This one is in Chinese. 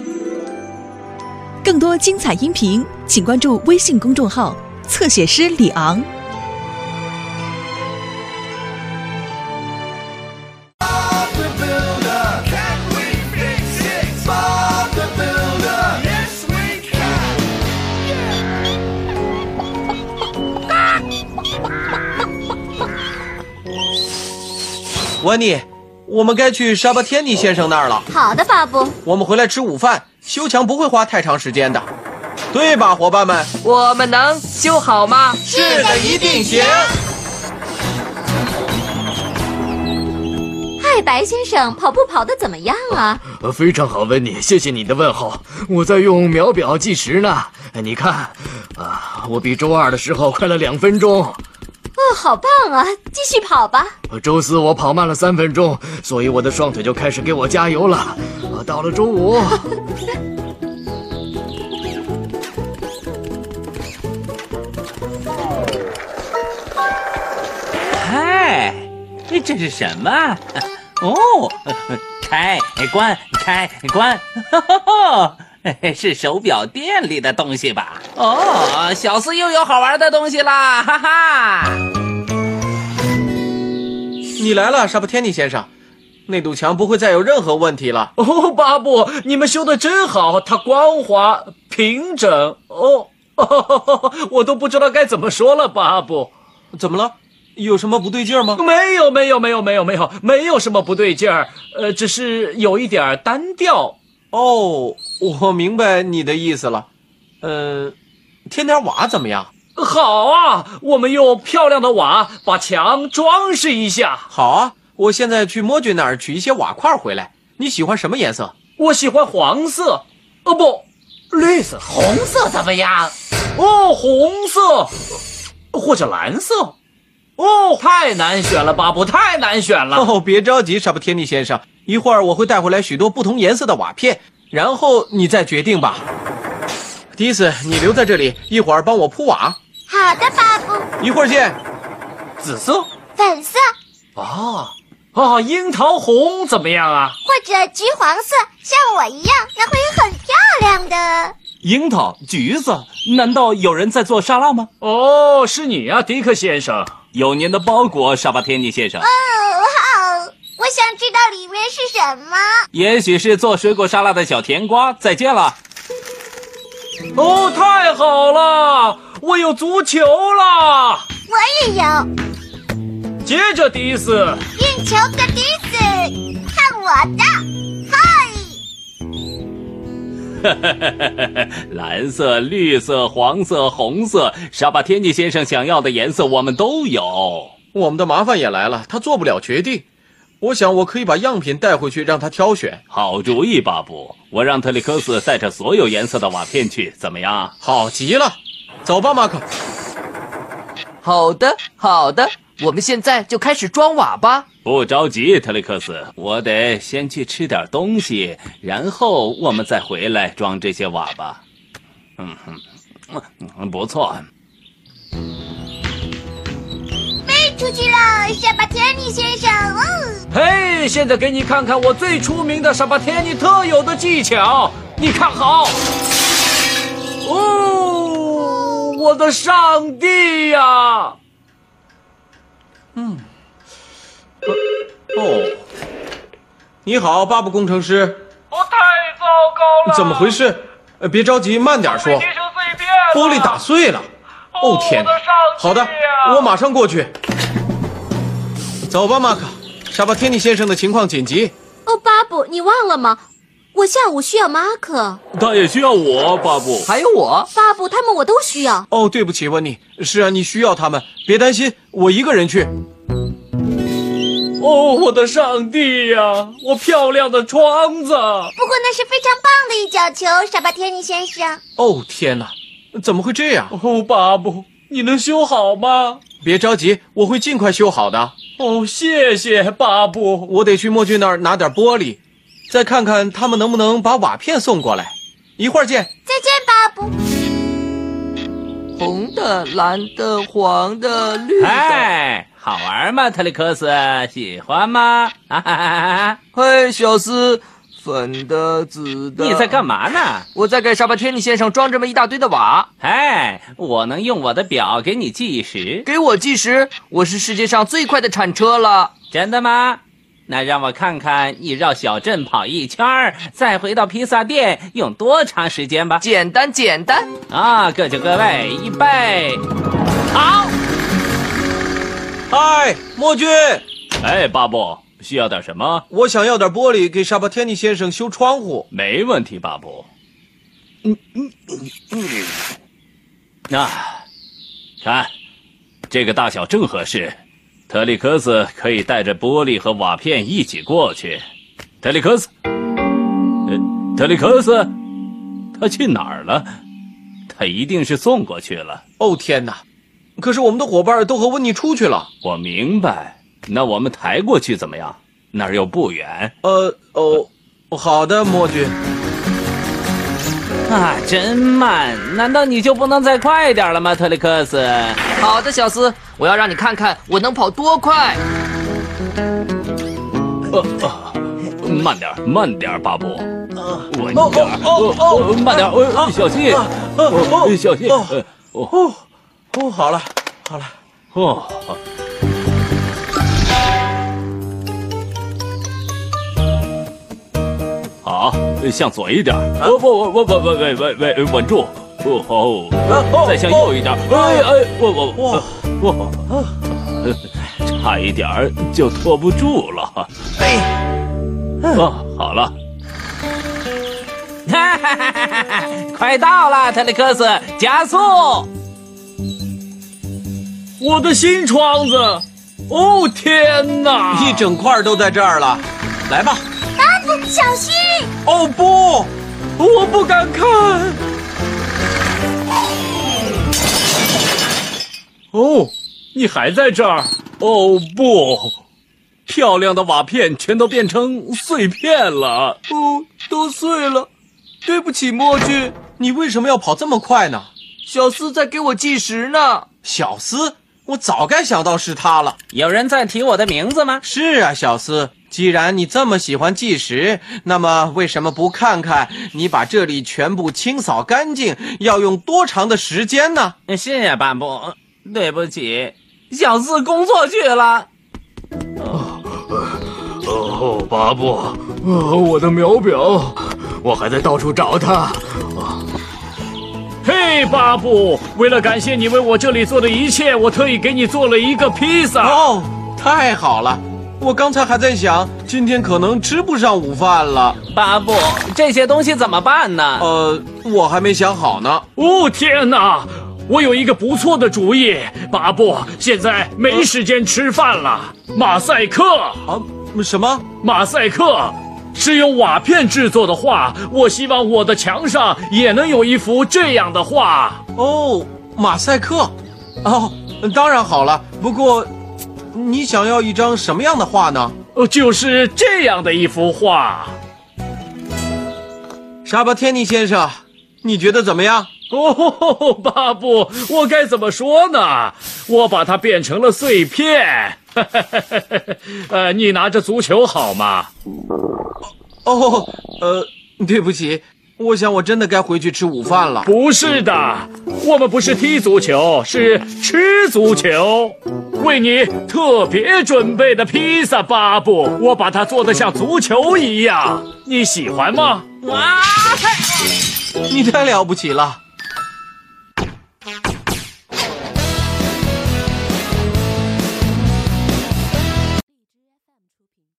更多精彩音频，请关注微信公众号“侧写师李昂”。 温妮，我们该去沙巴天尼先生那儿了。 好的，巴布。 我们回来吃午饭，修墙不会花太长时间的，对吧，伙伴们？ 我们能修好吗？ 是的，一定行。 嗨，白先生，跑步跑得怎么样啊？ 非常好，温妮，谢谢你的问候。我在用秒表计时呢。你看，我比周二的时候快了2分钟。 好棒啊！继续跑吧。 周四我跑慢了3分钟，所以我的双腿就开始给我加油了。到了周五， 嗨，这是什么？哦，开关，是手表店里的东西吧？哦，小四又有好玩的东西啦，哈哈！ 你来了，沙巴天尼先生，那堵墙不会再有任何问题了。 哦，巴布，你们修得真好，它光滑平整。我都不知道该怎么说了，巴布。 怎么了？有什么不对劲儿吗？ 没有什么不对劲儿，只是有一点单调。 哦，我明白你的意思了。添点瓦怎么样？ 好啊，我们用漂亮的瓦把墙装饰一下。 好啊，我现在去莫君那儿取一些瓦块回来。你喜欢什么颜色？ 我喜欢黄色。不，绿色。 红色怎么样？ 红色，或者蓝色。太难选了，巴布，太难选了。 别着急，沙巴天尼先生，一会儿我会带回来许多不同颜色的瓦片，然后你再决定吧。迪斯，你留在这里，一会儿帮我铺瓦。 好的，巴布。 一会儿见。 紫色、 粉色樱桃红怎么样啊？ 或者橘黄色，像我一样，那会很漂亮的。 樱桃、橘子，难道有人在做沙拉吗？ 是你啊，迪克先生。 有您的包裹，沙巴天尼先生。 好，我想知道里面是什么。 也许是做水果沙拉的小甜瓜。再见了。 太好了，我有足球了。 我也有。 接着，迪斯。 运球的迪斯，看我的！ 蓝色、绿色、黄色、红色，沙巴天尼先生想要的颜色我们都有。 我们的麻烦也来了，他做不了决定。我想我可以把样品带回去让他挑选。 好主意，巴布，我让特里克斯带着所有颜色的瓦片去，怎么样？ 好极了，走吧，马克。 好的，我们现在就开始装瓦吧。 不着急，特里克斯，我得先去吃点东西，然后我们再回来装这些瓦吧。不错。 飞出去了，沙巴天尼先生。 嘿，现在给你看看我最出名的沙巴天尼特有的技巧，你看好。我的上帝呀！ 你好，巴布工程师。 太糟糕了！ 怎么回事？别着急，慢点说。玻璃打碎了。天哪！好的，我马上过去。走吧，马克。沙巴天尼先生的情况紧急。 巴布，你忘了吗？我下午需要马克。 他也需要我，巴布。 还有我。 巴布，他们我都需要。 对不起，温妮。是啊，你需要他们，别担心，我一个人去。 我的上帝呀！我漂亮的窗子。 不过那是非常棒的一角球，沙巴天尼先生。 天哪，怎么会这样？ 巴布，你能修好吗？ 别着急，我会尽快修好的。 谢谢，巴布。 我得去莫君那儿拿点玻璃，再看看他们能不能把瓦片送过来。一会儿见。 再见，巴布。 红的、蓝的、黄的、绿的。 好玩吗，特里克斯？喜欢吗？ 嘿，小斯， 粉的、紫的。 你在干嘛呢？ 我在给沙巴天尼先生装这么一大堆的瓦。 哎，我能用我的表给你计时。 给我计时，我是世界上最快的铲车了。 真的吗？那让我看看你绕小镇跑一圈，再回到披萨店用多长时间吧。 简单简单啊！各就各位，预备，好！ 嗨，莫君， 哎，巴布，需要点什么？ 我想要点玻璃给沙巴天尼先生修窗户。 没问题，巴布。看，这个大小正合适。特里克斯可以带着玻璃和瓦片一起过去。特里克斯，特里克斯，他去哪儿了？他一定是送过去了。 哦天哪！可是我们的伙伴都和温妮出去了。 我明白，那我们抬过去怎么样？那儿又不远。 好的，莫君。 啊，真慢！难道你就不能再快一点了吗，特里克斯？ 好的，小斯，我要让你看看我能跑多快。 慢点，慢点，巴布，稳点，慢点，小心，小心。 好了，好了。 好，向左一点。喂，稳住。再向右一点。差一点就拖不住了。好了。 快到了，特里克斯，加速！ 我的新窗子！哦天哪！ 一整块都在这儿了，来吧。 巴布，小心！ 哦不， 我不敢看。哦，你还在这儿？ 哦不，漂亮的瓦片全都变成碎片了。 都碎了。对不起，莫君， 你为什么要跑这么快呢？ 小斯在给我计时呢。 小斯，我早该想到是他了。 有人在提我的名字吗？ 是啊，小斯，既然你这么喜欢计时，那么为什么不看看你把这里全部清扫干净要用多长的时间呢？ 是啊，巴布，对不起，小斯工作去了。 巴布，我的秒表，我还在到处找它。嘿，巴布，为了感谢你为我这里做的一切，我特意给你做了一个披萨。 哦，太好了！我刚才还在想，今天可能吃不上午饭了。 巴布，这些东西怎么办呢？ 我还没想好呢。 哦，天哪！我有一个不错的主意，巴布，现在没时间吃饭了。马赛克啊？什么？ 马赛克是用瓦片制作的画，我希望我的墙上也能有一幅这样的画。 哦，马赛克。哦，当然好了。不过，你想要一张什么样的画呢？ 就是这样的一幅画。 沙巴天尼先生，你觉得怎么样？ 哦，巴布，我该怎么说呢？我把它变成了碎片。你拿着足球好吗？ 对不起，我想我真的该回去吃午饭了。 不是的，我们不是踢足球，是吃足球。为你特别准备的披萨，巴布，我把它做得像足球一样，你喜欢吗？ 你太了不起了！